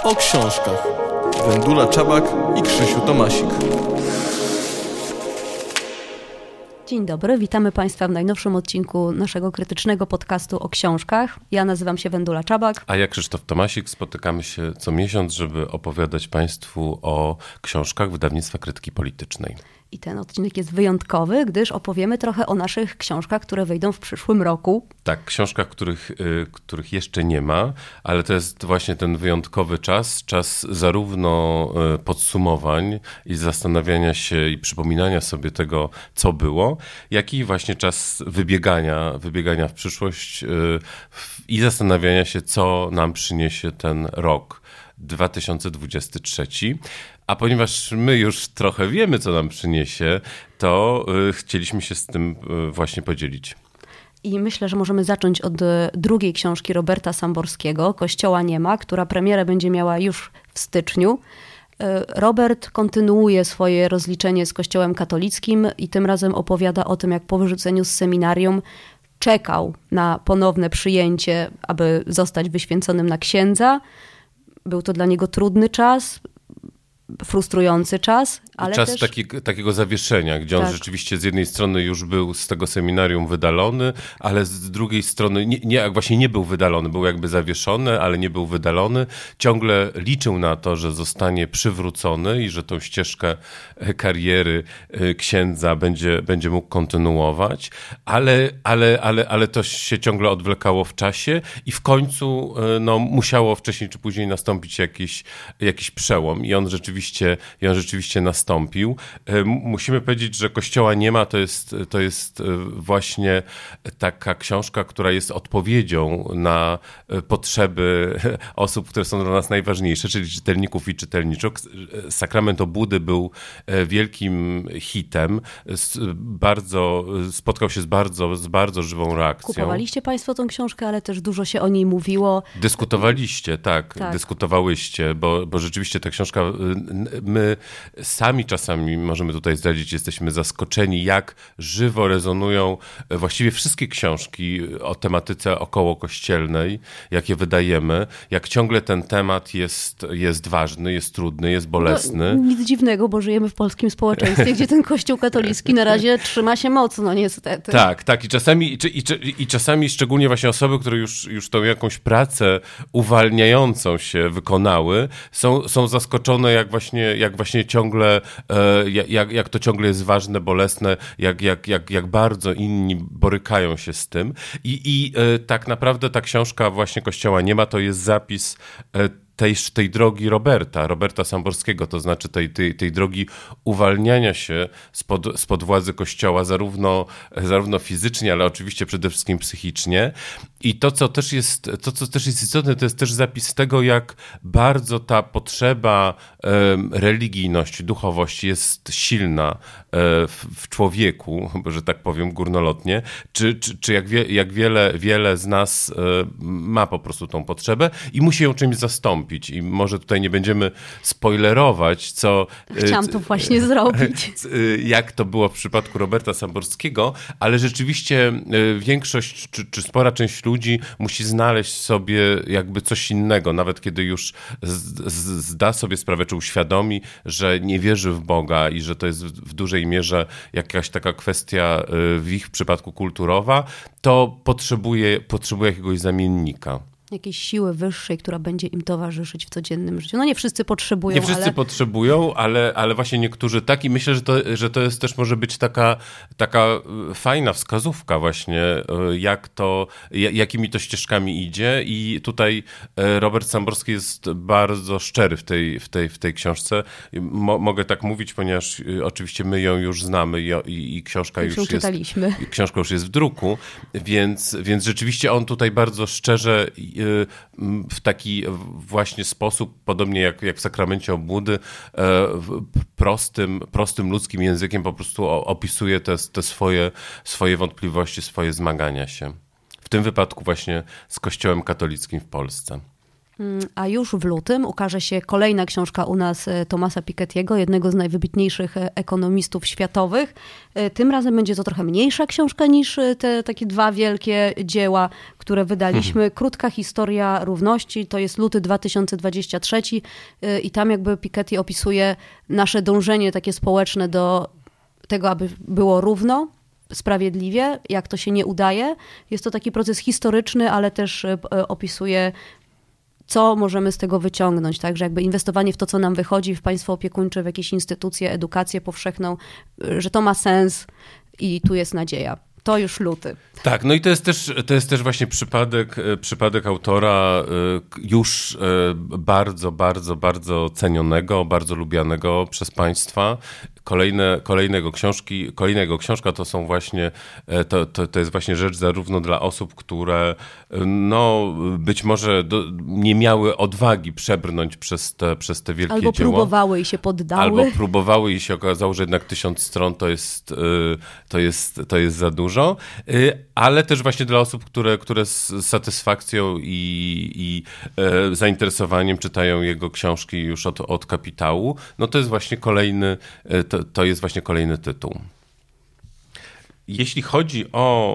O książkach. Wendula Czabak i Krzysiu Tomasik. Dzień dobry, witamy Państwa w najnowszym odcinku naszego krytycznego podcastu o książkach. Ja nazywam się Wendula Czabak. A ja Krzysztof Tomasik. Spotykamy się co miesiąc, żeby opowiadać Państwu o książkach wydawnictwa Krytyki Politycznej. I ten odcinek jest wyjątkowy, gdyż opowiemy trochę o naszych książkach, które wyjdą w przyszłym roku. Tak, książkach, których jeszcze nie ma, ale to jest właśnie ten wyjątkowy czas zarówno podsumowań i zastanawiania się i przypominania sobie tego, co było, jak i właśnie czas wybiegania w przyszłość i zastanawiania się, co nam przyniesie ten rok 2023. A ponieważ my już trochę wiemy, co nam przyniesie, to chcieliśmy się z tym właśnie podzielić. I myślę, że możemy zacząć od drugiej książki Roberta Samborskiego, Kościoła nie ma, która premierę będzie miała już w styczniu. Robert kontynuuje swoje rozliczenie z Kościołem katolickim i tym razem opowiada o tym, jak po wyrzuceniu z seminarium czekał na ponowne przyjęcie, aby zostać wyświęconym na księdza. Był to dla niego trudny czas, frustrujący czas, ale czas też... takiego zawieszenia, gdzie on rzeczywiście z jednej strony już był z tego seminarium wydalony, ale z drugiej strony właśnie nie był wydalony, był jakby zawieszony, ale nie był wydalony. Ciągle liczył na to, że zostanie przywrócony i że tą ścieżkę kariery księdza będzie mógł kontynuować, ale to się ciągle odwlekało w czasie i w końcu musiało wcześniej czy później nastąpić jakiś przełom i on rzeczywiście nastąpił. Musimy powiedzieć, że Kościoła nie ma, to jest właśnie taka książka, która jest odpowiedzią na potrzeby osób, które są dla nas najważniejsze, czyli czytelników i czytelniczek. Sakrament Obłudy był wielkim hitem. Spotkał się z bardzo żywą reakcją. Kupowaliście Państwo tą książkę, ale też dużo się o niej mówiło. Dyskutowaliście, tak. Dyskutowałyście, bo rzeczywiście ta książka, my sami czasami, możemy tutaj zdradzić, jesteśmy zaskoczeni, jak żywo rezonują właściwie wszystkie książki o tematyce okołokościelnej, jakie wydajemy, jak ciągle ten temat jest ważny, jest trudny, jest bolesny. Nic dziwnego, bo żyjemy w polskim społeczeństwie, gdzie ten Kościół katolicki na razie trzyma się mocno, niestety. Tak. I czasami szczególnie właśnie osoby, które już tą jakąś pracę uwalniającą się wykonały, są zaskoczone, jak właśnie ciągle, jak to ciągle jest ważne, bolesne, jak bardzo inni borykają się z tym. I tak naprawdę ta książka właśnie Kościoła nie ma, to jest zapis tej drogi Roberta Samborskiego, to znaczy tej drogi uwalniania się spod władzy Kościoła, zarówno fizycznie, ale oczywiście przede wszystkim psychicznie. I to, co też jest istotne, to jest też zapis tego, jak bardzo ta potrzeba religijności, duchowości jest silna w człowieku, że tak powiem górnolotnie, czy jak wiele z nas ma po prostu tą potrzebę i musi ją czymś zastąpić. I może tutaj nie będziemy spoilerować, co... Chciałam to właśnie zrobić. Jak to było w przypadku Roberta Samborskiego, ale rzeczywiście większość, czy spora część ludzi musi znaleźć sobie jakby coś innego, nawet kiedy już zda sobie sprawę, czy uświadomi, że nie wierzy w Boga i że to jest w dużej mierze jakaś taka kwestia w ich przypadku kulturowa, to potrzebuje jakiegoś zamiennika. Jakiejś siły wyższej, która będzie im towarzyszyć w codziennym życiu. No nie wszyscy potrzebują, Nie wszyscy potrzebują, ale właśnie niektórzy tak i myślę, że to jest też może być taka fajna wskazówka właśnie, jakimi to ścieżkami idzie i tutaj Robert Samborski jest bardzo szczery w tej książce. Mogę tak mówić, ponieważ oczywiście my ją już znamy i książka już jest w druku, więc rzeczywiście on tutaj bardzo szczerze w taki właśnie sposób, podobnie jak w Sakramencie Obłudy, prostym ludzkim językiem po prostu opisuje te swoje wątpliwości, swoje zmagania się. W tym wypadku właśnie z Kościołem katolickim w Polsce. A już w lutym ukaże się kolejna książka u nas Thomasa Piketty'ego, jednego z najwybitniejszych ekonomistów światowych. Tym razem będzie to trochę mniejsza książka niż te takie dwa wielkie dzieła, które wydaliśmy. Krótka historia równości, to jest luty 2023 i tam jakby Piketty opisuje nasze dążenie takie społeczne do tego, aby było równo, sprawiedliwie, jak to się nie udaje. Jest to taki proces historyczny, ale też opisuje, co możemy z tego wyciągnąć, tak? Że jakby inwestowanie w to, co nam wychodzi, w państwo opiekuńcze, w jakieś instytucje, edukację powszechną, że to ma sens i tu jest nadzieja. To już luty. Tak, no i to jest też właśnie przypadek autora już bardzo, bardzo, bardzo cenionego, bardzo lubianego przez państwa. Kolejna jego książka to są właśnie, to jest właśnie rzecz zarówno dla osób, które no być może nie miały odwagi przebrnąć przez te wielkie albo dzieła. Próbowały i się poddały. Albo próbowały i się okazało, że jednak 1000 stron to jest za dużo, ale też właśnie dla osób, które z satysfakcją i zainteresowaniem czytają jego książki już od kapitału, no to jest właśnie kolejny tytuł. Jeśli chodzi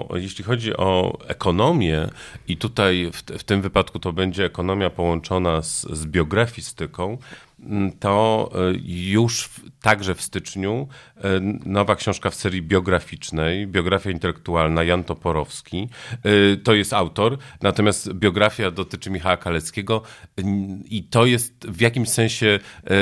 o ekonomię i tutaj w tym wypadku to będzie ekonomia połączona z biografistyką, to już także w styczniu nowa książka w serii biograficznej, biografia intelektualna, Jan Toporowski. To jest autor, natomiast biografia dotyczy Michała Kaleckiego i to jest w jakimś sensie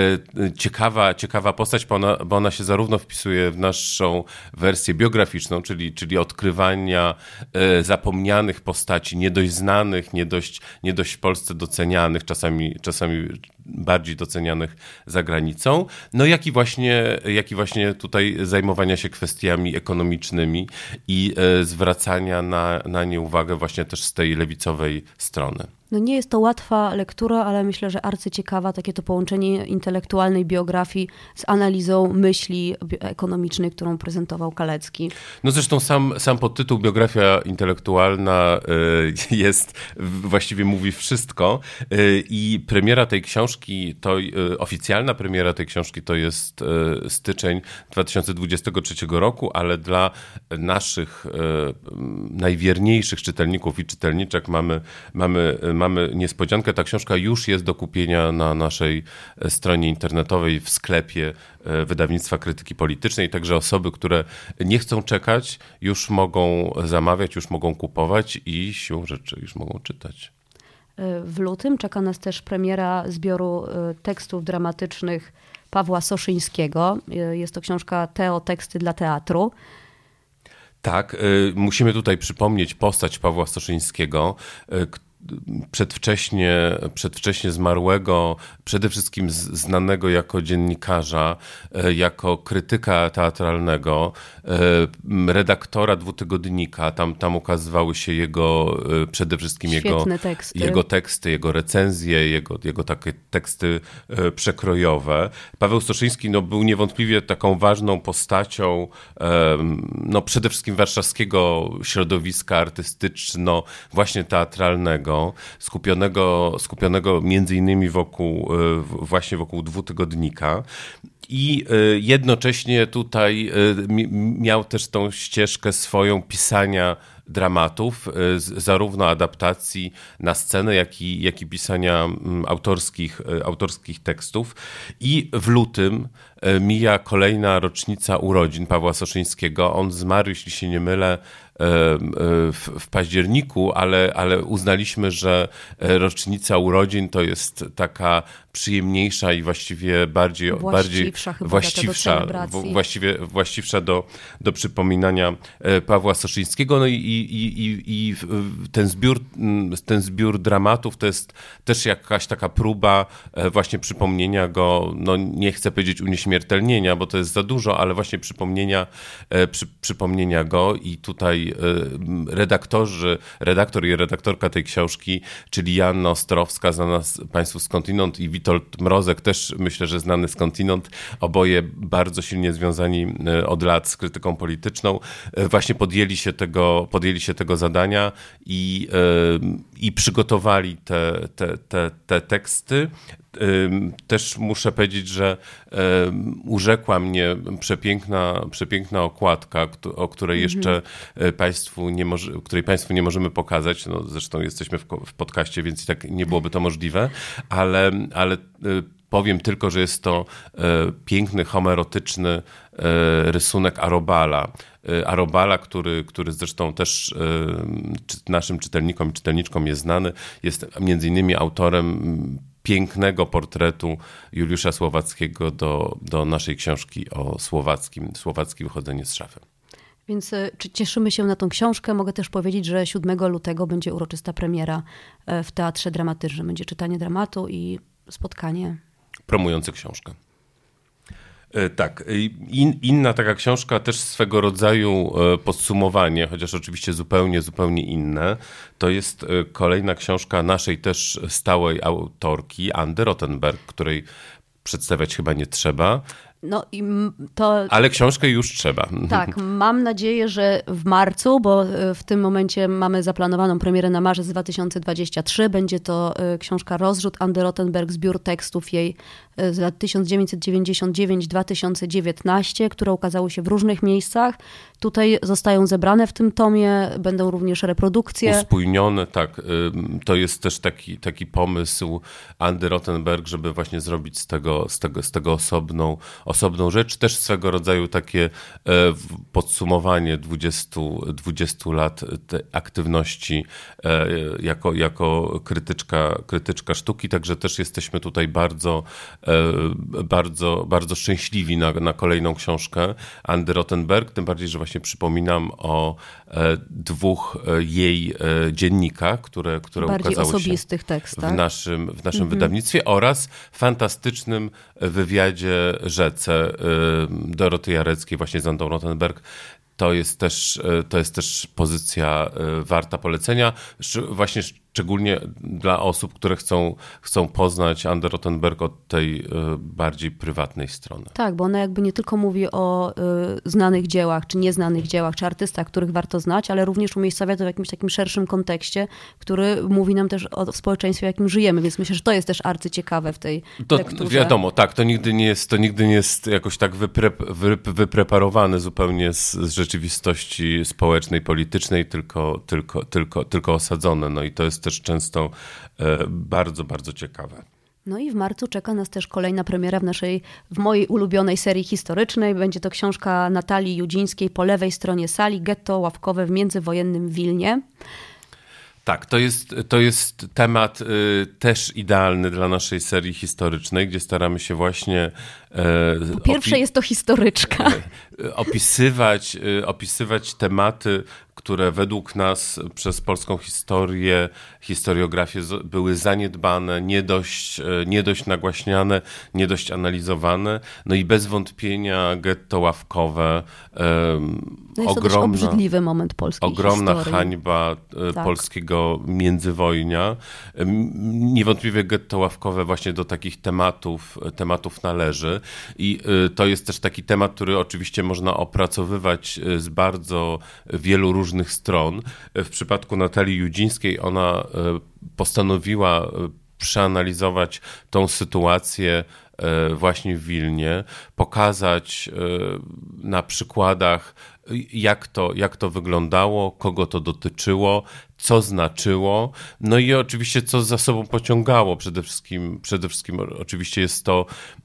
ciekawa postać, bo ona się zarówno wpisuje w naszą wersję biograficzną, czyli odkrywania zapomnianych postaci, nie dość znanych, nie dość w Polsce docenianych, czasami bardziej docenianych za granicą, no jak i właśnie tutaj zajmowania się kwestiami ekonomicznymi i zwracania na nie uwagę właśnie też z tej lewicowej strony. No nie jest to łatwa lektura, ale myślę, że arcyciekawa, takie to połączenie intelektualnej biografii z analizą myśli ekonomicznej, którą prezentował Kalecki. No zresztą sam podtytuł biografia intelektualna właściwie mówi wszystko i premiera tej książki, oficjalna premiera tej książki to jest styczeń 2023 roku, ale dla naszych najwierniejszych czytelników i czytelniczek mamy niespodziankę. Ta książka już jest do kupienia na naszej stronie internetowej, w sklepie wydawnictwa Krytyki Politycznej, także osoby, które nie chcą czekać, już mogą zamawiać, już mogą kupować i siłą rzeczy już mogą czytać. W lutym czeka nas też premiera zbioru tekstów dramatycznych Pawła Soszyńskiego. Jest to książka Teksty dla teatru. Tak, musimy tutaj przypomnieć postać Pawła Soszyńskiego, przedwcześnie zmarłego, przede wszystkim znanego jako dziennikarza, jako krytyka teatralnego, redaktora dwutygodnika. Tam ukazywały się przede wszystkim jego teksty, jego recenzje, jego takie teksty przekrojowe. Paweł Soszyński był niewątpliwie taką ważną postacią przede wszystkim warszawskiego środowiska artystyczno, właśnie teatralnego, skupionego między innymi wokół dwutygodnika. I jednocześnie tutaj miał też tą ścieżkę swoją pisania dramatów, zarówno adaptacji na scenę, jak i pisania autorskich tekstów. I w lutym mija kolejna rocznica urodzin Pawła Soszyńskiego. On zmarł, jeśli się nie mylę, w październiku, ale uznaliśmy, że rocznica urodzin to jest taka przyjemniejsza i właściwie bardziej właściwsza do przypominania Pawła Soszyńskiego. No i ten zbiór dramatów to jest też jakaś taka próba właśnie przypomnienia go, nie chcę powiedzieć unieśmiertelnienia, bo to jest za dużo, ale właśnie przypomnienia go i tutaj redaktor i redaktorka tej książki, czyli Joanna Ostrowska, znana Państwu skądinąd, i Witold Mrozek, też myślę, że znany skądinąd, oboje bardzo silnie związani od lat z krytyką polityczną, właśnie podjęli się tego zadania i przygotowali te teksty. Też muszę powiedzieć, że urzekła mnie przepiękna okładka, o której jeszcze której Państwu nie możemy pokazać. No, zresztą jesteśmy w podcaście, więc i tak nie byłoby to możliwe, ale powiem tylko, że jest to piękny, homoerotyczny rysunek Arobala. Arobala, który zresztą też naszym czytelnikom i czytelniczkom jest znany, jest między innymi autorem pięknego portretu Juliusza Słowackiego do naszej książki o Słowacki wychodzenie z szafy. Więc czy cieszymy się na tą książkę? Mogę też powiedzieć, że 7 lutego będzie uroczysta premiera w Teatrze Dramatycznym. Będzie czytanie dramatu i spotkanie promujące książkę. Tak. Inna taka książka, też swego rodzaju podsumowanie, chociaż oczywiście zupełnie inne, to jest kolejna książka naszej też stałej autorki, Andy Rothenberg, której przedstawiać chyba nie trzeba. No i to... Ale książkę już trzeba. Tak, mam nadzieję, że w marcu, bo w tym momencie mamy zaplanowaną premierę na marzec 2023. Będzie to książka Rozrzut Andy Rothenberg, zbiór tekstów jej z lat 1999-2019, które ukazały się w różnych miejscach. Tutaj zostają zebrane w tym tomie, będą również reprodukcje. Uspójnione, tak. To jest też taki pomysł Andy Rothenberg, żeby właśnie zrobić z tego osobną rzecz. Też swego rodzaju takie podsumowanie 20 lat aktywności jako krytyczka sztuki. Także też jesteśmy tutaj bardzo szczęśliwi na kolejną książkę Andy Rothenberg. Tym bardziej, że właśnie przypominam o 2 jej dziennikach, które bardziej ukazały osobistych się tekstach. w naszym wydawnictwie oraz fantastycznym wywiadzie Rzece Doroty Jareckiej właśnie z Andą Rothenberg. To jest też pozycja warta polecenia, właśnie szczególnie dla osób, które chcą poznać Andę Rothenberg od tej bardziej prywatnej strony. Tak, bo ona jakby nie tylko mówi o znanych dziełach, czy nieznanych dziełach, czy artystach, których warto znać, ale również umiejscawia to w jakimś takim szerszym kontekście, który mówi nam też o społeczeństwie, w jakim żyjemy, więc myślę, że to jest też arcyciekawe w tej lekturze. Wiadomo, tak, to nigdy nie jest jakoś tak wypreparowane zupełnie z rzeczywistości społecznej, politycznej, tylko osadzone. No i to jest też często bardzo, bardzo ciekawe. No i w marcu czeka nas też kolejna premiera w mojej ulubionej serii historycznej. Będzie to książka Natalii Judzińskiej Po lewej stronie sali, getto ławkowe w międzywojennym Wilnie. Tak, to jest temat też idealny dla naszej serii historycznej, gdzie staramy się właśnie... Po pierwsze jest to historyczka. Opisywać tematy, które według nas przez polską historiografię były zaniedbane, nie dość nagłaśniane, nie dość analizowane. No i bez wątpienia getto ławkowe, jest to też obrzydliwy moment polskiej ogromna historii. hańba polskiego międzywojnia. Niewątpliwie getto ławkowe właśnie do takich tematów należy. I to jest też taki temat, który oczywiście można opracowywać z bardzo wielu różnych stron. W przypadku Natalii Judzińskiej ona postanowiła przeanalizować tą sytuację właśnie w Wilnie, pokazać na przykładach, jak to wyglądało, kogo to dotyczyło, co znaczyło, no i oczywiście co za sobą pociągało. Przede wszystkim oczywiście jest to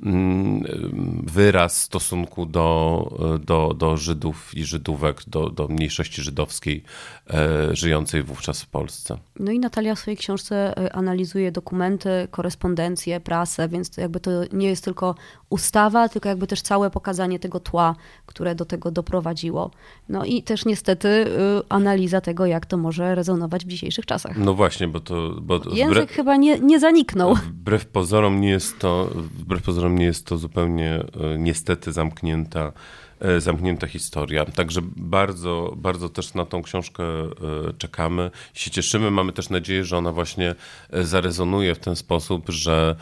wyraz stosunku do Żydów i Żydówek, do mniejszości żydowskiej żyjącej wówczas w Polsce. No i Natalia w swojej książce analizuje dokumenty, korespondencję, prasę, więc to jakby to nie jest tylko ustawa, tylko jakby też całe pokazanie tego tła, które do tego doprowadziło. No i też niestety analiza tego, jak to może rezonować w dzisiejszych czasach. No właśnie, bo język chyba nie zaniknął. Wbrew pozorom nie jest to zupełnie niestety zamknięta historia. Także bardzo, bardzo też na tą książkę czekamy. Się cieszymy. Mamy też nadzieję, że ona właśnie zarezonuje w ten sposób, że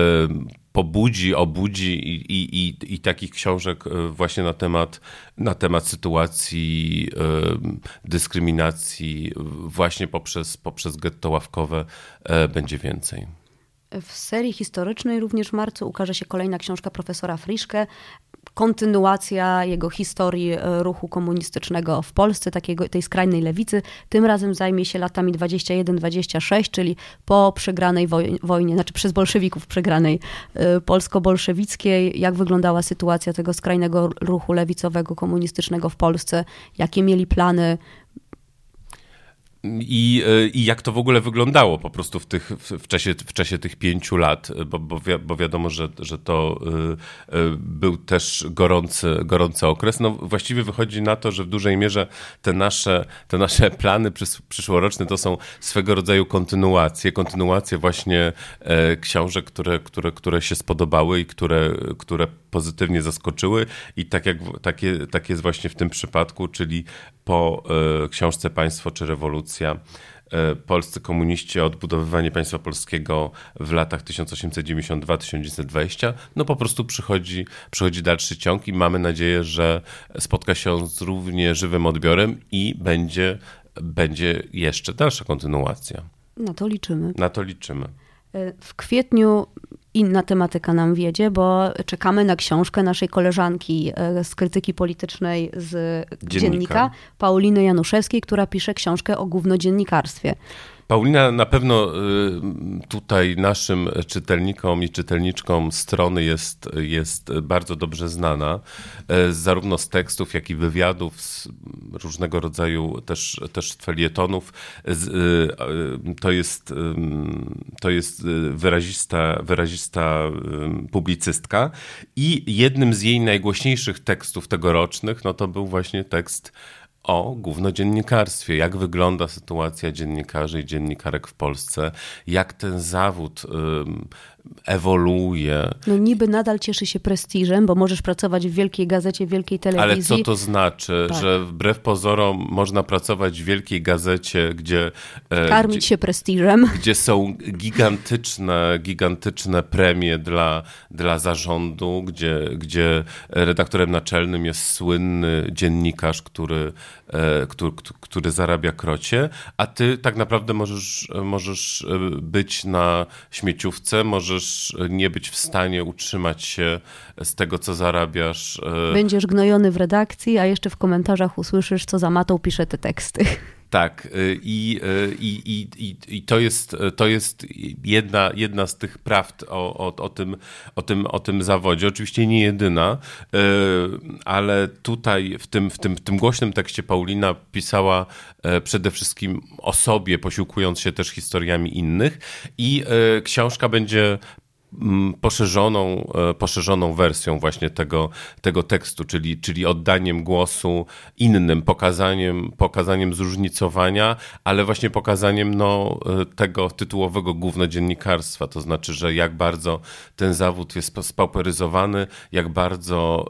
obudzi i takich książek właśnie na temat sytuacji dyskryminacji właśnie poprzez getto ławkowe będzie więcej. W serii historycznej również w marcu ukaże się kolejna książka profesora Friszke, kontynuacja jego historii ruchu komunistycznego w Polsce, tej skrajnej lewicy. Tym razem zajmie się latami 21-26, czyli po przegranej wojnie, znaczy przez bolszewików przegranej polsko-bolszewickiej. Jak wyglądała sytuacja tego skrajnego ruchu lewicowego, komunistycznego w Polsce? Jakie mieli plany? I jak to w ogóle wyglądało po prostu w czasie tych 5 lat, bo wiadomo, że to był też gorący okres. No właściwie wychodzi na to, że w dużej mierze te nasze plany przyszłoroczne to są swego rodzaju kontynuacje właśnie książek, które się spodobały i które pozytywnie zaskoczyły i tak jest właśnie w tym przypadku, czyli po książce Państwo czy rewolucja. Polscy komuniści, odbudowywanie państwa polskiego w latach 1892-1920, no po prostu przychodzi dalszy ciąg i mamy nadzieję, że spotka się z równie żywym odbiorem i będzie jeszcze dalsza kontynuacja. Na to liczymy. W kwietniu inna tematyka nam wiedzie, bo czekamy na książkę naszej koleżanki z krytyki politycznej z Dziennika, Pauliny Januszewskiej, która pisze książkę o gównodziennikarstwie. Paulina na pewno tutaj naszym czytelnikom i czytelniczkom strony jest bardzo dobrze znana, zarówno z tekstów, jak i wywiadów, z różnego rodzaju też felietonów. To jest wyrazista publicystka i jednym z jej najgłośniejszych tekstów tegorocznych, no to był właśnie tekst o gównodziennikarstwie, jak wygląda sytuacja dziennikarzy i dziennikarek w Polsce, jak ten zawód ewoluuje. No niby nadal cieszy się prestiżem, bo możesz pracować w wielkiej gazecie, w wielkiej telewizji. Ale co to znaczy, tak, że wbrew pozorom można pracować w wielkiej gazecie, gdzie karmić się prestiżem. Gdzie są gigantyczne premie dla zarządu, gdzie redaktorem naczelnym jest słynny dziennikarz, który zarabia krocie, a ty tak naprawdę możesz być na śmieciówce, możesz nie być w stanie utrzymać się z tego, co zarabiasz. Będziesz gnojony w redakcji, a jeszcze w komentarzach usłyszysz, co za matą pisze te teksty. Tak, i to jest jedna z tych prawd o tym zawodzie. Oczywiście nie jedyna, ale tutaj w tym głośnym tekście Paulina pisała przede wszystkim o sobie, posiłkując się też historiami innych i książka będzie poszerzoną wersją właśnie tego tekstu, czyli oddaniem głosu innym, pokazaniem zróżnicowania, ale właśnie pokazaniem tego tytułowego gównodziennikarstwa, to znaczy, że jak bardzo ten zawód jest spauperyzowany, jak bardzo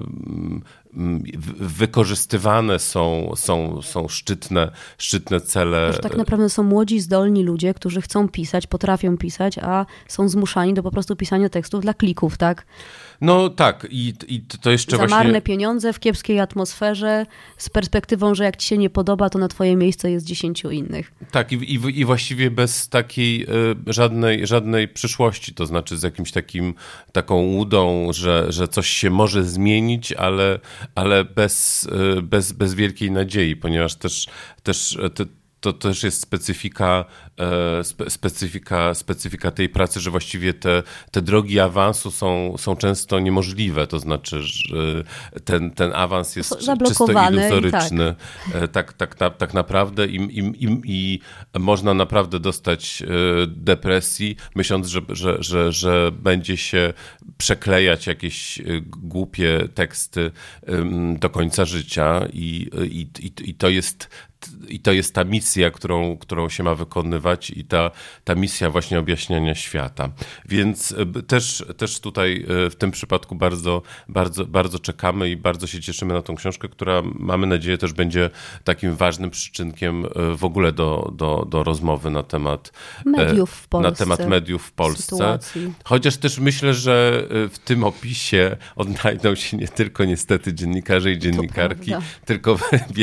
wykorzystywane są szczytne cele. Że tak naprawdę są młodzi, zdolni ludzie, którzy chcą pisać, potrafią pisać, a są zmuszani do po prostu pisania tekstów dla klików, tak? No tak, i to jeszcze za marne pieniądze w kiepskiej atmosferze, z perspektywą, że jak ci się nie podoba, to na twoje miejsce jest 10 innych. Tak, i właściwie bez takiej żadnej przyszłości, to znaczy z jakimś taką łudą, że coś się może zmienić, ale bez wielkiej nadziei, ponieważ to też jest specyfika specyfika tej pracy, że właściwie te drogi awansu są często niemożliwe, to znaczy, że ten awans jest czysto iluzoryczny. Tak naprawdę i można naprawdę dostać depresji, myśląc, że będzie się przeklejać jakieś głupie teksty do końca życia i to jest ta misja, którą się ma wykonywać i ta misja właśnie objaśniania świata. Więc też tutaj w tym przypadku bardzo, bardzo, bardzo czekamy i bardzo się cieszymy na tą książkę, która mamy nadzieję też będzie takim ważnym przyczynkiem w ogóle do rozmowy na temat mediów w Polsce. Na temat mediów w Polsce. Sytuacji. Chociaż też myślę, że w tym opisie odnajdą się nie tylko niestety dziennikarze i dziennikarki, tylko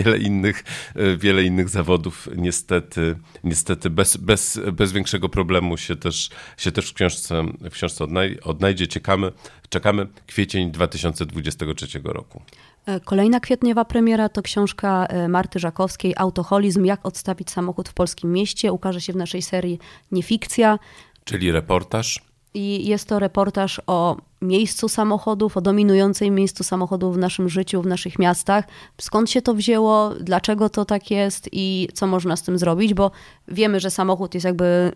wiele innych zawodów niestety bez większego problemu się też w książce odnajdzie. Czekamy kwiecień 2023 roku. Kolejna kwietniowa premiera to książka Marty Żakowskiej Autoholizm. Jak odstawić samochód w polskim mieście. Ukaże się w naszej serii Niefikcja. Czyli reportaż. I jest to reportaż o miejscu samochodów, o dominującym miejscu samochodów w naszym życiu, w naszych miastach. Skąd się to wzięło, dlaczego to tak jest i co można z tym zrobić, bo wiemy, że samochód jest jakby,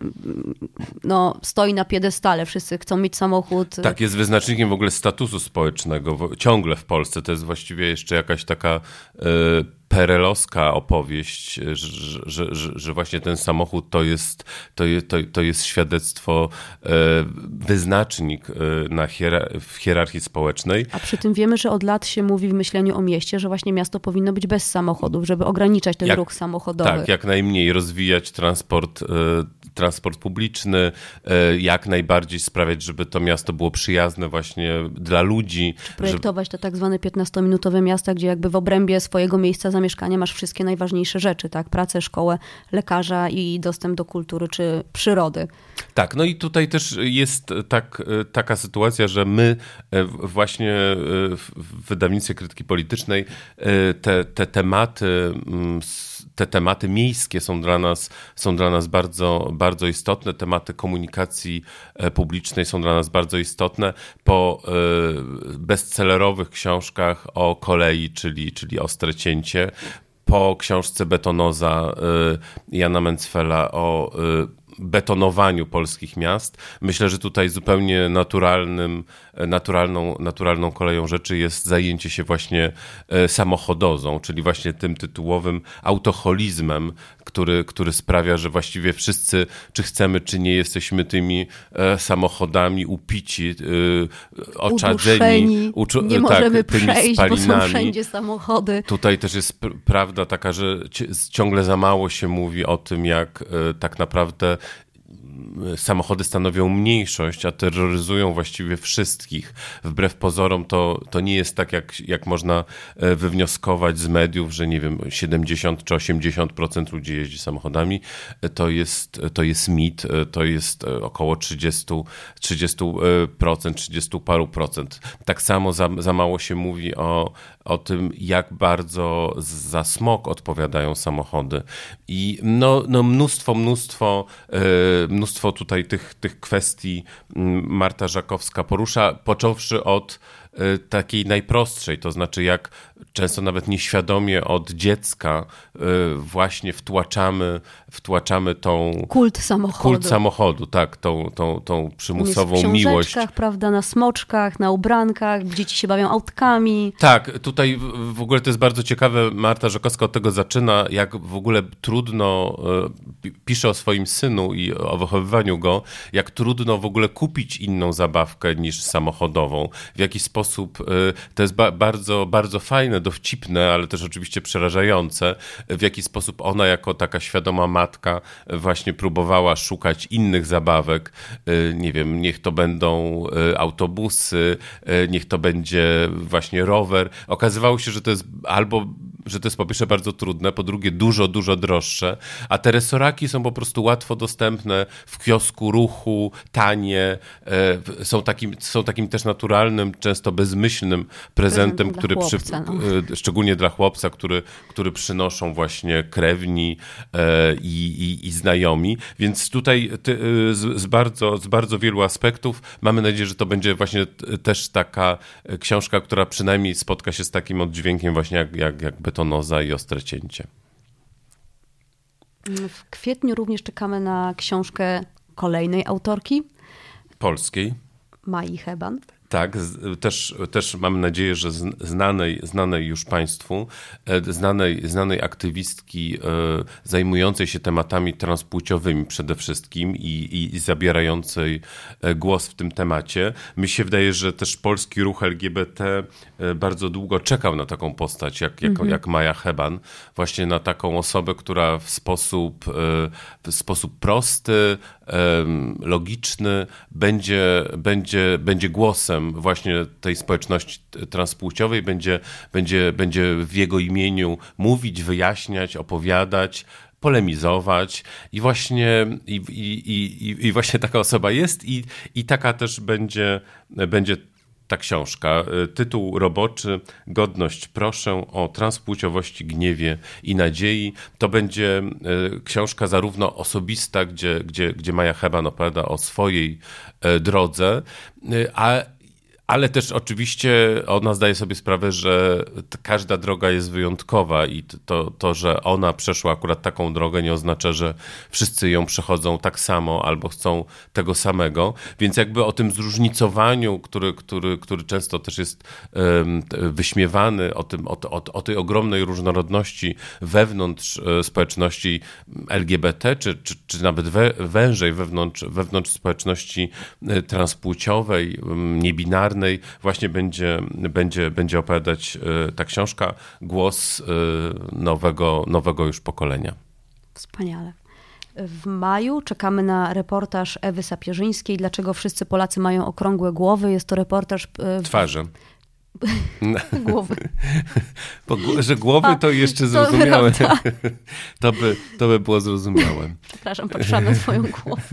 stoi na piedestale. Wszyscy chcą mieć samochód. Tak, jest wyznacznikiem w ogóle statusu społecznego. Ciągle w Polsce to jest właściwie jeszcze jakaś taka perelowska opowieść, że właśnie ten samochód to jest świadectwo, wyznacznik w hierarchii społecznej. A przy tym wiemy, że od lat się mówi w myśleniu o mieście, że właśnie miasto powinno być bez samochodów, żeby ograniczać ten ruch samochodowy. Tak, jak najmniej rozwijać transport publiczny, jak najbardziej sprawiać, żeby to miasto było przyjazne właśnie dla ludzi. Czy projektować te tak zwane 15-minutowe miasta, gdzie jakby w obrębie swojego miejsca zamieszkania masz wszystkie najważniejsze rzeczy, tak? Pracę, szkołę, lekarza i dostęp do kultury czy przyrody. Tak, no i tutaj też jest taka sytuacja, że my właśnie w wydawnictwie Krytyki Politycznej te tematy miejskie są dla nas bardzo, bardzo istotne. Tematy komunikacji publicznej są dla nas bardzo istotne. Po bestsellerowych książkach o kolei, czyli Ostre cięcie, po książce Betonoza Jana Mencfela o betonowaniu polskich miast. Myślę, że tutaj zupełnie naturalną koleją rzeczy jest zajęcie się właśnie samochodozą, czyli właśnie tym tytułowym autoholizmem, który sprawia, że właściwie wszyscy, czy chcemy, czy nie, jesteśmy tymi samochodami upici, oczadzeni, nie możemy tymi przejść, spalinami. bo są wszędzie samochody. Tutaj też jest prawda taka, że ciągle za mało się mówi o tym, jak tak naprawdę samochody stanowią mniejszość, a terroryzują właściwie wszystkich. Wbrew pozorom to nie jest tak, jak można wywnioskować z mediów, że nie wiem, 70 czy 80% ludzi jeździ samochodami. To jest mit, to jest około 30%, 30 paru procent. Tak samo za mało się mówi o tym, jak bardzo za smog odpowiadają samochody. I mnóstwo tutaj tych kwestii Marta Żakowska porusza, począwszy od takiej najprostszej, to znaczy jak często nawet nieświadomie od dziecka właśnie wtłaczamy tą... Kult samochodu, tak, tą przymusową miłość. W książeczkach, prawda, na smoczkach, na ubrankach, dzieci się bawią autkami. Tak, tutaj w ogóle to jest bardzo ciekawe, Marta Żakowska od tego zaczyna, jak w ogóle trudno, pisze o swoim synu i o wychowywaniu go, jak trudno w ogóle kupić inną zabawkę niż samochodową. W jaki sposób, to jest bardzo, bardzo fajne, dowcipne, ale też oczywiście przerażające, w jaki sposób ona jako taka świadoma matka właśnie próbowała szukać innych zabawek. Nie wiem, niech to będą autobusy, niech to będzie właśnie rower. Okazywało się, że to jest albo że to jest po pierwsze bardzo trudne, po drugie dużo, dużo droższe, a te resoraki są po prostu łatwo dostępne w kiosku ruchu, tanie, są takim też naturalnym, często bezmyślnym prezentem, który chłopca, szczególnie dla chłopca, który przynoszą właśnie krewni i znajomi, więc tutaj z bardzo wielu aspektów mamy nadzieję, że to będzie właśnie też taka książka, która przynajmniej spotka się z takim oddźwiękiem właśnie jak Betonoza i Ostre cięcie. W kwietniu również czekamy na książkę kolejnej autorki. Polskiej. Mai Heban. Tak, też mam nadzieję, że znanej już Państwu, znanej aktywistki zajmującej się tematami transpłciowymi przede wszystkim i zabierającej głos w tym temacie. Mi się wydaje, że też polski ruch LGBT bardzo długo czekał na taką postać jak Maja Heban, właśnie na taką osobę, która w sposób prosty, logiczny będzie głosem właśnie tej społeczności transpłciowej, będzie w jego imieniu mówić, wyjaśniać, opowiadać, polemizować i właśnie taka osoba jest i taka też będzie ta książka. Tytuł roboczy Godność proszę o transpłciowości, gniewie i nadziei. To będzie książka zarówno osobista, gdzie Maja Heban opowiada o swojej drodze, ale też oczywiście ona zdaje sobie sprawę, że każda droga jest wyjątkowa i to, że ona przeszła akurat taką drogę, nie oznacza, że wszyscy ją przechodzą tak samo albo chcą tego samego. Więc jakby o tym zróżnicowaniu, który często też jest wyśmiewany, o tej ogromnej różnorodności wewnątrz społeczności LGBT, czy nawet wężej wewnątrz społeczności transpłciowej, niebinarnej, właśnie będzie opowiadać ta książka, głos nowego już pokolenia. Wspaniale. W maju czekamy na reportaż Ewy Sapierzyńskiej. Dlaczego wszyscy Polacy mają okrągłe głowy? Jest to reportaż... Twarze. Głowy. Że głowy to jeszcze zrozumiałe. To by było zrozumiałe. Przepraszam, patrzyłam na twoją głowę.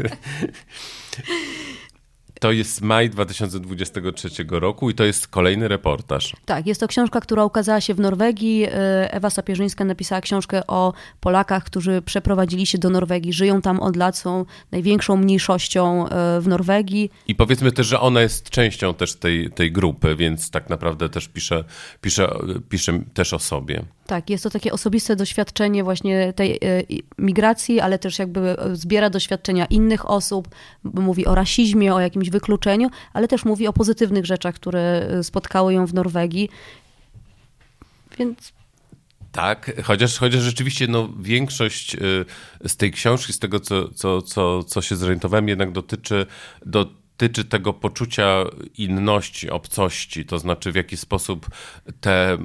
To jest maj 2023 roku i to jest kolejny reportaż. Tak, jest to książka, która ukazała się w Norwegii. Ewa Sapierzyńska napisała książkę o Polakach, którzy przeprowadzili się do Norwegii, żyją tam od lat, są największą mniejszością w Norwegii. I powiedzmy też, że ona jest częścią też tej grupy, więc tak naprawdę też pisze też o sobie. Tak, jest to takie osobiste doświadczenie właśnie tej migracji, ale też jakby zbiera doświadczenia innych osób, mówi o rasizmie, o jakimś wykluczeniu, ale też mówi o pozytywnych rzeczach, które spotkały ją w Norwegii. Więc... Tak, chociaż rzeczywiście większość z tej książki, z tego co się zorientowałem, jednak dotyczy tego poczucia inności, obcości, to znaczy w jaki sposób te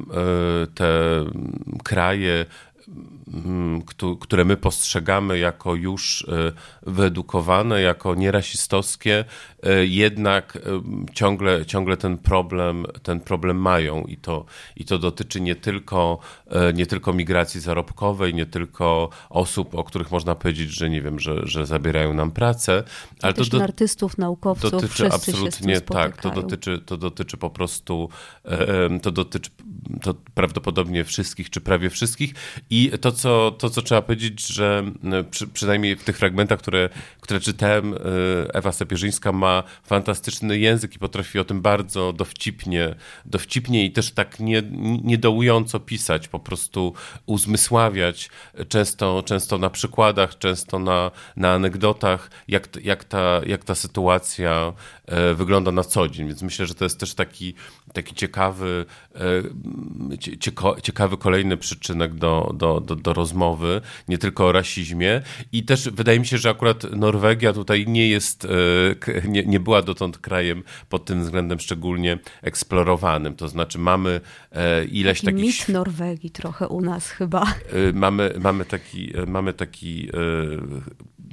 kraje, które my postrzegamy jako już wyedukowane, jako nierasistowskie, jednak ciągle ten problem mają i to dotyczy nie tylko migracji zarobkowej, nie tylko osób, o których można powiedzieć, że nie wiem, że zabierają nam pracę, ale też artystów, naukowców, dotyczy absolutnie, się tak, to dotyczy po prostu, to prawdopodobnie wszystkich, czy prawie wszystkich. I to, co trzeba powiedzieć, że przynajmniej w tych fragmentach, które czytałem, Ewa Sapierzyńska ma fantastyczny język i potrafi o tym bardzo dowcipnie i też tak niedołująco pisać, po prostu uzmysławiać, często na przykładach, często na anegdotach, jak ta sytuacja wygląda na co dzień. Więc myślę, że to jest też taki ciekawy kolejny przyczynek do rozmowy, nie tylko o rasizmie. I też wydaje mi się, że akurat Norwegia tutaj nie była dotąd krajem pod tym względem szczególnie eksplorowanym. To znaczy mamy ileś takich... mit Norwegii trochę u nas chyba. Mamy taki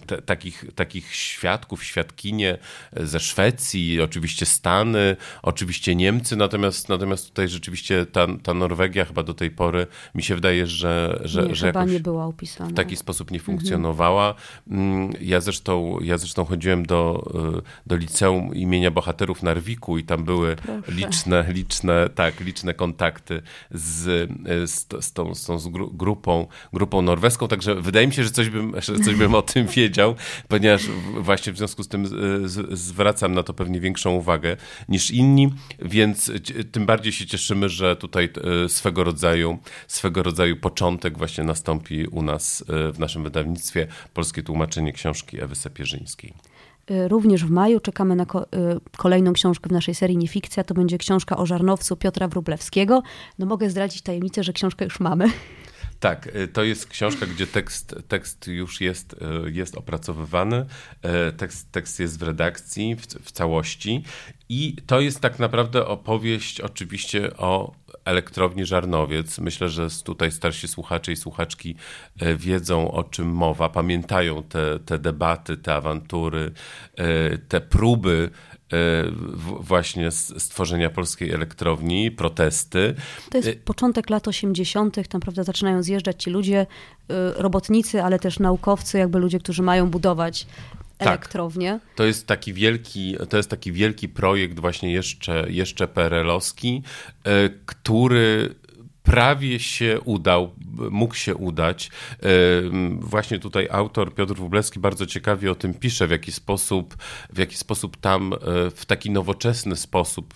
takich świadków, świadkinie ze Szwecji, oczywiście Stany, oczywiście Niemcy, natomiast tutaj rzeczywiście ta Norwegia chyba do tej pory mi się wydaje, że chyba jakoś nie była opisana. w taki sposób nie funkcjonowała. Ja zresztą chodziłem do liceum imienia bohaterów Narwiku i tam były liczne kontakty z tą grupą norweską, także wydaje mi się, że coś bym o tym wiedział, ponieważ właśnie w związku z tym zwracam na to pewnie większą uwagę niż inni, więc tym bardziej się cieszymy, że tutaj swego rodzaju początek właśnie nastąpi u nas w naszym wydawnictwie polskie tłumaczenie książki Ewy Sapierzyńskiej. Również w maju czekamy na kolejną książkę w naszej serii Niefikcja. To będzie książka o Żarnowcu Piotra Wróblewskiego. No mogę zdradzić tajemnicę, że książkę już mamy. Tak, to jest książka, gdzie tekst już jest opracowywany, tekst jest w redakcji w całości i to jest tak naprawdę opowieść oczywiście o elektrowni Żarnowiec. Myślę, że tutaj starsi słuchacze i słuchaczki wiedzą, o czym mowa, pamiętają te debaty, te awantury, te próby właśnie stworzenia polskiej elektrowni, protesty. To jest początek lat 80. Tam prawda zaczynają zjeżdżać ci ludzie, robotnicy, ale też naukowcy, jakby ludzie, którzy mają budować elektrownię. Tak. To jest taki wielki projekt właśnie jeszcze PRL-owski, który prawie się mógł się udać. Właśnie tutaj autor Piotr Wróblewski bardzo ciekawie o tym pisze, w jaki sposób tam w taki nowoczesny sposób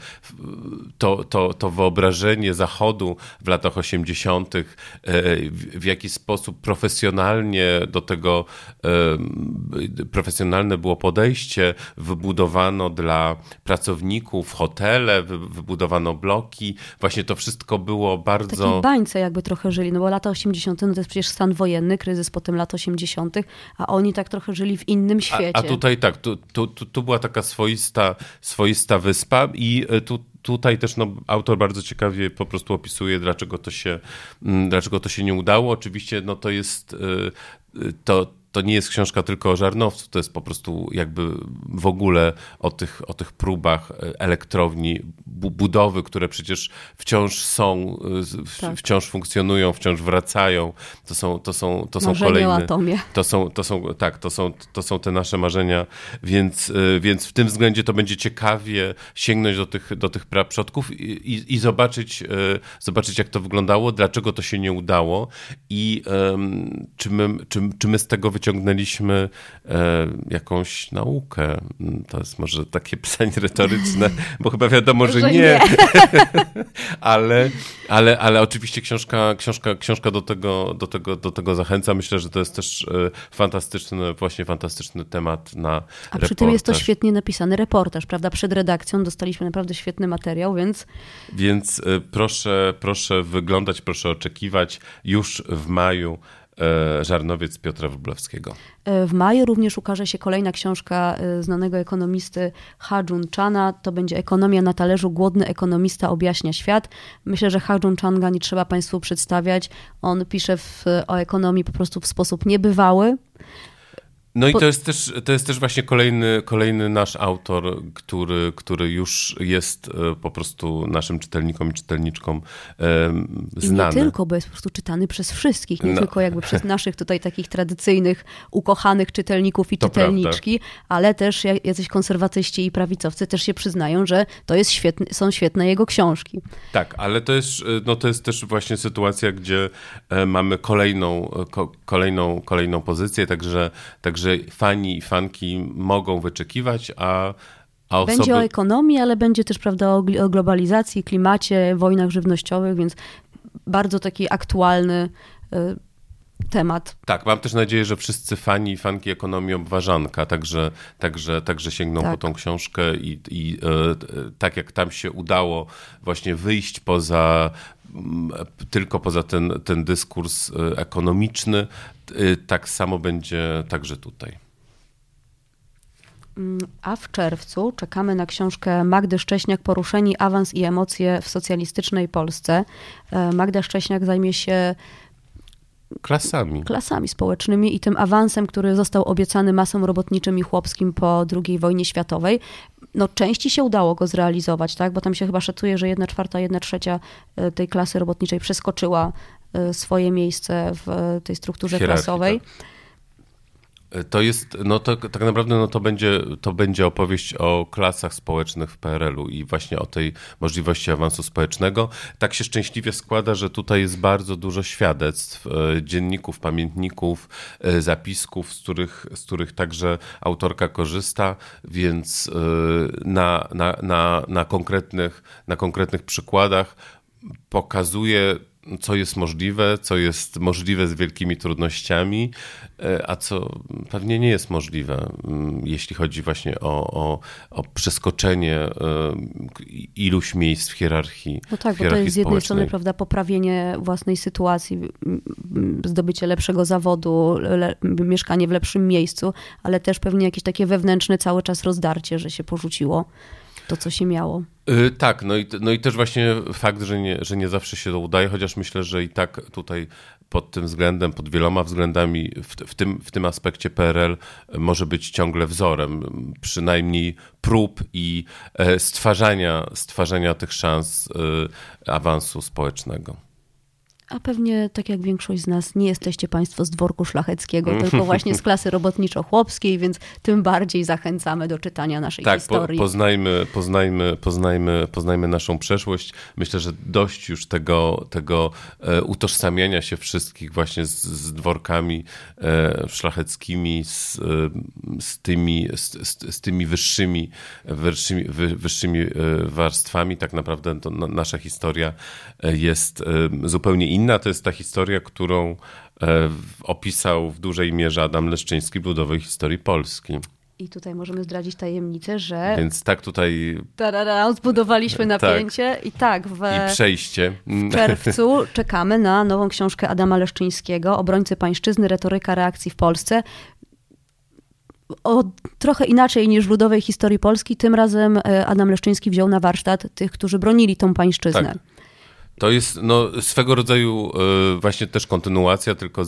to wyobrażenie Zachodu w latach 80., w jaki sposób profesjonalnie do tego profesjonalne było podejście, wybudowano dla pracowników hotele, wybudowano bloki. Właśnie to wszystko było bardzo... W takiej bańce jakby trochę żyli, no bo lata 80. no to jest przecież stan wojenny, kryzys potem lat 80., a oni tak trochę żyli w innym świecie. A tutaj tak, tu była taka swoista wyspa i tutaj też autor bardzo ciekawie po prostu opisuje, dlaczego to się nie udało. Oczywiście to jest... To nie jest książka tylko o Żarnowcu, to jest po prostu jakby w ogóle o tych próbach elektrowni, budowy, które przecież wciąż są, tak. Wciąż funkcjonują, wciąż wracają. To są kolejne... o atomie. To są te nasze marzenia, więc w tym względzie to będzie ciekawie sięgnąć do tych praprzodków i zobaczyć, jak to wyglądało, dlaczego to się nie udało i czy my z tego wyciągnęliśmy jakąś naukę. To jest może takie pytanie retoryczne, bo chyba wiadomo, że nie. ale oczywiście książka do tego zachęca. Myślę, że to jest też fantastyczny temat na reportaż. A przy tym jest to świetnie napisany reportaż, prawda? Przed redakcją dostaliśmy naprawdę świetny materiał, więc proszę wyglądać, proszę oczekiwać już w maju Żarnowiec Piotra Wróblewskiego. W maju również ukaże się kolejna książka znanego ekonomisty Ha-Joon Chana. To będzie Ekonomia na talerzu. Głodny ekonomista objaśnia świat. Myślę, że Ha-Joon Changa nie trzeba Państwu przedstawiać. On pisze o ekonomii po prostu w sposób niebywały. No i to jest też właśnie kolejny nasz autor, który już jest po prostu naszym czytelnikom i czytelniczkom znany. I nie tylko, bo jest po prostu czytany przez wszystkich, nie tylko jakby przez naszych tutaj takich tradycyjnych, ukochanych czytelników i to czytelniczki, prawda. Ale też jacyś konserwatyści i prawicowcy też się przyznają, że to jest są świetne jego książki. Tak, ale to jest też właśnie sytuacja, gdzie mamy kolejną pozycję, także fani i fanki mogą wyczekiwać, a osoby... Będzie o ekonomii, ale będzie też, prawda, o globalizacji, klimacie, wojnach żywnościowych, więc bardzo taki aktualny temat. Tak, mam też nadzieję, że wszyscy fani i fanki ekonomii obważanka także sięgną po tą książkę i tak jak tam się udało właśnie wyjść tylko poza ten dyskurs ekonomiczny, tak samo będzie także tutaj. A w czerwcu czekamy na książkę Magdy Szcześniak Poruszeni, awans i emocje w socjalistycznej Polsce. Magda Szcześniak zajmie się klasami społecznymi i tym awansem, który został obiecany masom robotniczym i chłopskim po II wojnie światowej. No, części się udało go zrealizować, tak? Bo tam się chyba szacuje, że 1/4, 1/3 tej klasy robotniczej przeskoczyła swoje miejsce w tej strukturze klasowej. Tak. To jest, no to tak naprawdę no to będzie opowieść o klasach społecznych w PRL-u i właśnie o tej możliwości awansu społecznego. Tak się szczęśliwie składa, że tutaj jest bardzo dużo świadectw, dzienników, pamiętników, zapisków, z których także autorka korzysta, więc na konkretnych przykładach pokazuje, co jest możliwe z wielkimi trudnościami, a co pewnie nie jest możliwe, jeśli chodzi właśnie o przeskoczenie iluś miejsc w hierarchii. No tak, bo to jest z jednej strony, prawda, poprawienie własnej sytuacji, zdobycie lepszego zawodu, mieszkanie w lepszym miejscu, ale też pewnie jakieś takie wewnętrzne cały czas rozdarcie, że się porzuciło to, co się miało. Tak, no i też właśnie fakt, że nie zawsze się to udaje, chociaż myślę, że i tak tutaj pod tym względem, pod wieloma względami w tym aspekcie PRL może być ciągle wzorem, przynajmniej prób i stwarzania tych szans awansu społecznego. A pewnie, tak jak większość z nas, nie jesteście państwo z dworku szlacheckiego, tylko właśnie z klasy robotniczo-chłopskiej, więc tym bardziej zachęcamy do czytania naszej historii. Tak, poznajmy naszą przeszłość. Myślę, że dość już tego utożsamiania się wszystkich właśnie z dworkami szlacheckimi, z tymi wyższymi warstwami. Tak naprawdę to nasza historia jest zupełnie inna. To jest ta historia, którą opisał w dużej mierze Adam Leszczyński w budowie historii Polski. I tutaj możemy zdradzić tajemnicę, że... Więc tak tutaj... Zbudowaliśmy napięcie i tak i przejście. W czerwcu czekamy na nową książkę Adama Leszczyńskiego, Obrońcy pańszczyzny, retoryka reakcji w Polsce. Trochę inaczej niż w ludowej historii Polski. Tym razem Adam Leszczyński wziął na warsztat tych, którzy bronili tą pańszczyznę. Tak. To jest swego rodzaju właśnie też kontynuacja, tylko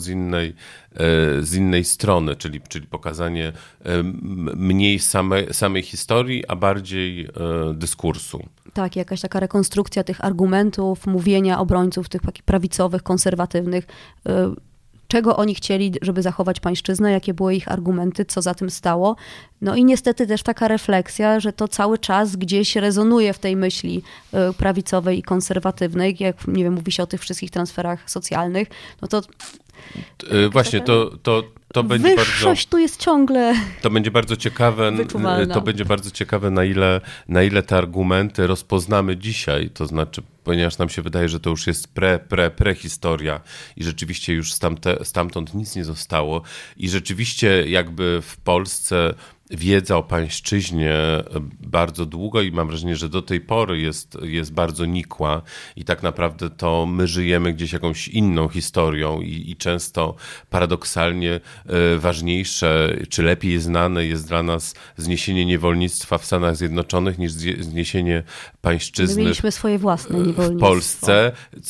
z innej strony, czyli pokazanie mniej samej historii, a bardziej dyskursu. Tak, jakaś taka rekonstrukcja tych argumentów, mówienia obrońców tych takich prawicowych, konserwatywnych, czego oni chcieli, żeby zachować pańszczyznę, jakie były ich argumenty, co za tym stało. No i niestety też taka refleksja, że to cały czas gdzieś rezonuje w tej myśli prawicowej i konserwatywnej, jak nie wiem, mówi się o tych wszystkich transferach socjalnych, no to... Właśnie, to będzie wyższość tu jest ciągle to będzie bardzo ciekawe, wyczuwalna. To będzie bardzo ciekawe, na ile te argumenty rozpoznamy dzisiaj, to znaczy, ponieważ nam się wydaje, że to już jest prehistoria i rzeczywiście już stamtąd nic nie zostało i rzeczywiście jakby w Polsce wiedza o pańszczyźnie bardzo długo i mam wrażenie, że do tej pory jest bardzo nikła i tak naprawdę to my żyjemy gdzieś jakąś inną historią i często paradoksalnie ważniejsze czy lepiej znane jest dla nas zniesienie niewolnictwa w Stanach Zjednoczonych niż zniesienie pańszczyzny mieliśmy swoje własne niewolnictwo. w Polsce,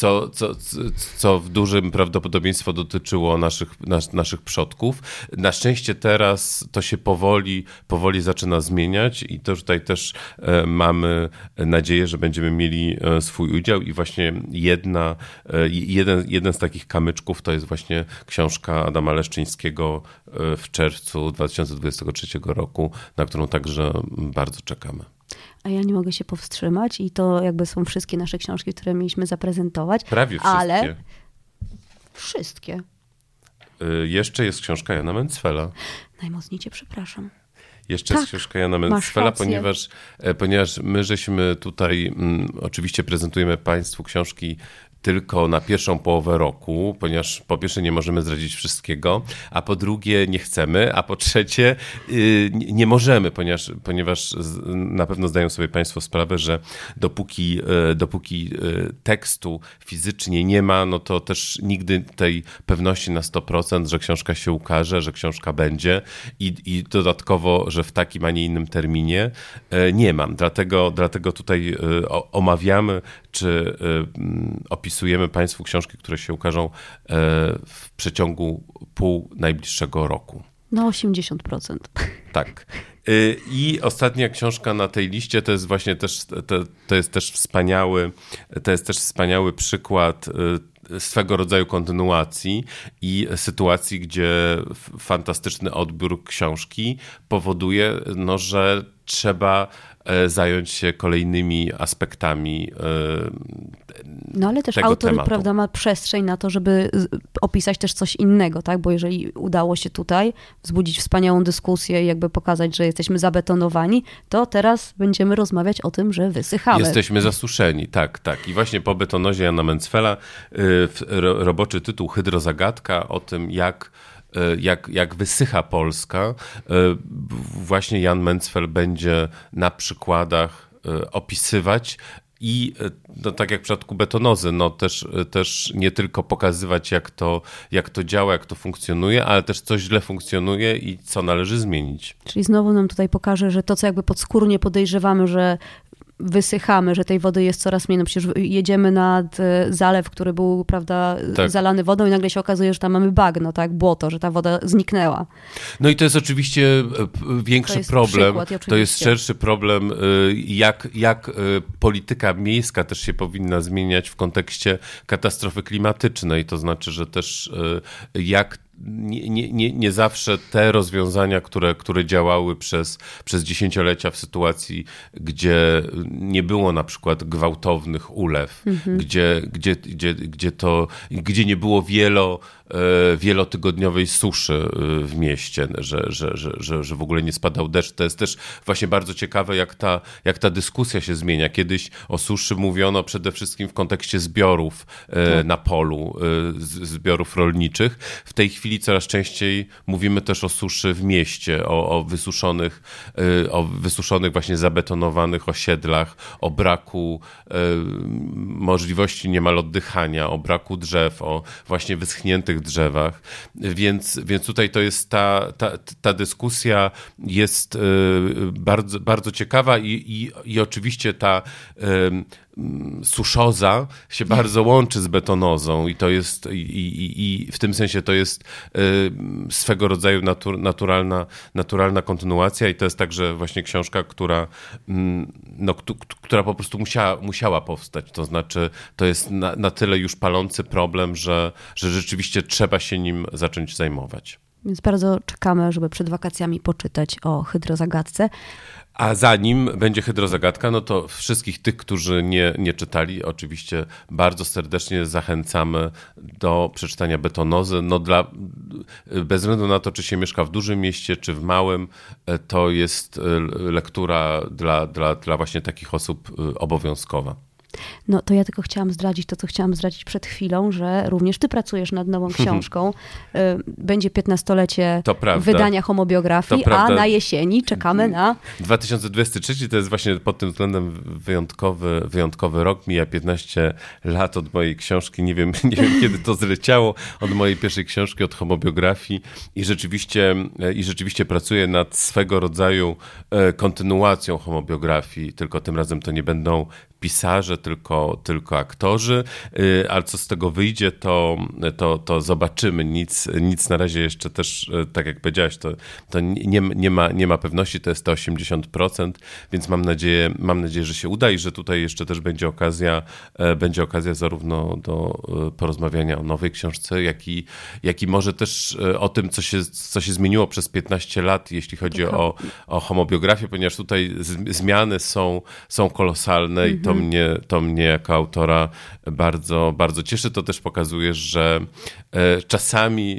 co w dużym prawdopodobieństwie dotyczyło naszych przodków. Na szczęście teraz to się powoli zaczyna zmieniać i to tutaj też mamy nadzieję, że będziemy mieli swój udział i właśnie jeden z takich kamyczków to jest właśnie książka Adama Leszczyńskiego w czerwcu 2023 roku, na którą także bardzo czekamy. A ja nie mogę się powstrzymać i to jakby są wszystkie nasze książki, które mieliśmy zaprezentować. Prawie wszystkie. Ale wszystkie. Jeszcze jest książka Jana Mencfela. Najmocniej cię przepraszam. Jeszcze jest książka Jana Mencfela, ponieważ my żeśmy tutaj, oczywiście prezentujemy Państwu książki tylko na pierwszą połowę roku, ponieważ po pierwsze nie możemy zdradzić wszystkiego, a po drugie nie chcemy, a po trzecie nie możemy, ponieważ na pewno zdają sobie Państwo sprawę, że dopóki tekstu fizycznie nie ma, no to też nigdy tej pewności na 100%, że książka się ukaże, że książka będzie i dodatkowo, że w takim, a nie innym terminie nie mam. Dlatego tutaj omawiamy, czy opisujemy opisujemy Państwu książki, które się ukażą w przeciągu najbliższego roku. Na 80%. Tak. I ostatnia książka na tej liście to jest właśnie to jest też wspaniały przykład swego rodzaju kontynuacji i sytuacji, gdzie fantastyczny odbiór książki powoduje, że trzeba zająć się kolejnymi aspektami No ale też tego autor, tematu. prawda, ma przestrzeń na to, żeby opisać też coś innego, tak? Bo jeżeli udało się tutaj wzbudzić wspaniałą dyskusję i jakby pokazać, że jesteśmy zabetonowani, to teraz będziemy rozmawiać o tym, że wysychamy. Jesteśmy zasuszeni, tak. I właśnie po betonozie Jana Mencfela roboczy tytuł Hydrozagadka o tym, jak wysycha Polska. Właśnie Jan Mencfel będzie na przykładach opisywać i tak jak w przypadku betonozy, też nie tylko pokazywać, jak to działa, jak to funkcjonuje, ale też co źle funkcjonuje i co należy zmienić. Czyli znowu nam tutaj pokaże, że to, co jakby podskórnie podejrzewamy, że wysychamy, że tej wody jest coraz mniej. No przecież jedziemy nad zalew, który był, prawda, zalany wodą i nagle się okazuje, że tam mamy bagno, tak, błoto, że ta woda zniknęła. No i to jest oczywiście większy problem. To jest szerszy problem, jak polityka miejska też się powinna zmieniać w kontekście katastrofy klimatycznej. To znaczy, że też jak nie zawsze te rozwiązania, które działały przez dziesięciolecia w sytuacji, gdzie nie było na przykład gwałtownych ulew, gdzie nie było wielotygodniowej suszy w mieście, że w ogóle nie spadał deszcz. To jest też właśnie bardzo ciekawe, jak ta dyskusja się zmienia. Kiedyś o suszy mówiono przede wszystkim w kontekście zbiorów na polu, zbiorów rolniczych. W tej chwili coraz częściej mówimy też o suszy w mieście, o wysuszonych właśnie zabetonowanych osiedlach, o braku możliwości niemal oddychania, o braku drzew, o właśnie wyschniętych drzewach, więc tutaj to jest ta dyskusja jest bardzo, bardzo ciekawa i oczywiście ta suszoza się bardzo łączy z betonozą i to jest i w tym sensie to jest swego rodzaju naturalna kontynuacja i to jest także właśnie książka, która po prostu musiała powstać. To znaczy to jest na tyle już palący problem, że rzeczywiście trzeba się nim zacząć zajmować. Więc bardzo czekamy, żeby przed wakacjami poczytać o Hydrozagadce. A zanim będzie Hydrozagadka, no to wszystkich tych, którzy nie czytali, oczywiście bardzo serdecznie zachęcamy do przeczytania Betonozy. Bez względu na to, czy się mieszka w dużym mieście, czy w małym, to jest lektura dla właśnie takich osób obowiązkowa. No to ja tylko chciałam zdradzić to, co chciałam zdradzić przed chwilą, że również ty pracujesz nad nową książką. Będzie 15-lecie wydania homobiografii, a na jesieni czekamy na... 2023 to jest właśnie pod tym względem wyjątkowy rok. Mija 15 lat od mojej książki. Nie wiem kiedy to zleciało, od mojej pierwszej książki, od homobiografii i rzeczywiście pracuję nad swego rodzaju kontynuacją homobiografii, tylko tym razem to nie będą pisarze, tylko aktorzy, ale co z tego wyjdzie, to zobaczymy. Nic na razie jeszcze też, tak jak powiedziałeś, to nie ma pewności, to jest to 80%, więc mam nadzieję, że się uda i że tutaj jeszcze też będzie okazja zarówno do porozmawiania o nowej książce, jak i może też o tym, co się zmieniło przez 15 lat, jeśli chodzi o homobiografię, ponieważ tutaj zmiany są kolosalne i to mnie jako autora bardzo, bardzo cieszy. To też pokazuje, że czasami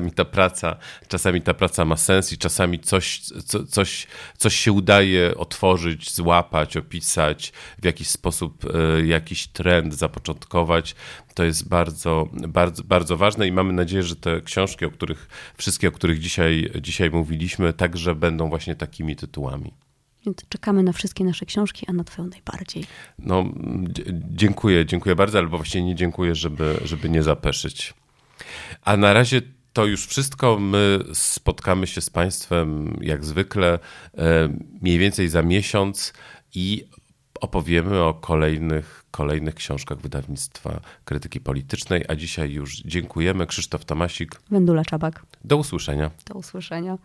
ta praca ma sens i czasami coś się udaje otworzyć, złapać, opisać, w jakiś sposób jakiś trend zapoczątkować. To jest bardzo, bardzo, bardzo ważne i mamy nadzieję, że te książki, wszystkie, o których dzisiaj mówiliśmy, także będą właśnie takimi tytułami. Więc czekamy na wszystkie nasze książki, a na twoją najbardziej. No, dziękuję bardzo, albo właściwie nie dziękuję, żeby nie zapeszyć. A na razie to już wszystko. My spotkamy się z Państwem jak zwykle mniej więcej za miesiąc i opowiemy o kolejnych książkach wydawnictwa Krytyki Politycznej, a dzisiaj już dziękujemy. Krzysztof Tomasik. Wendula Czabak. Do usłyszenia. Do usłyszenia.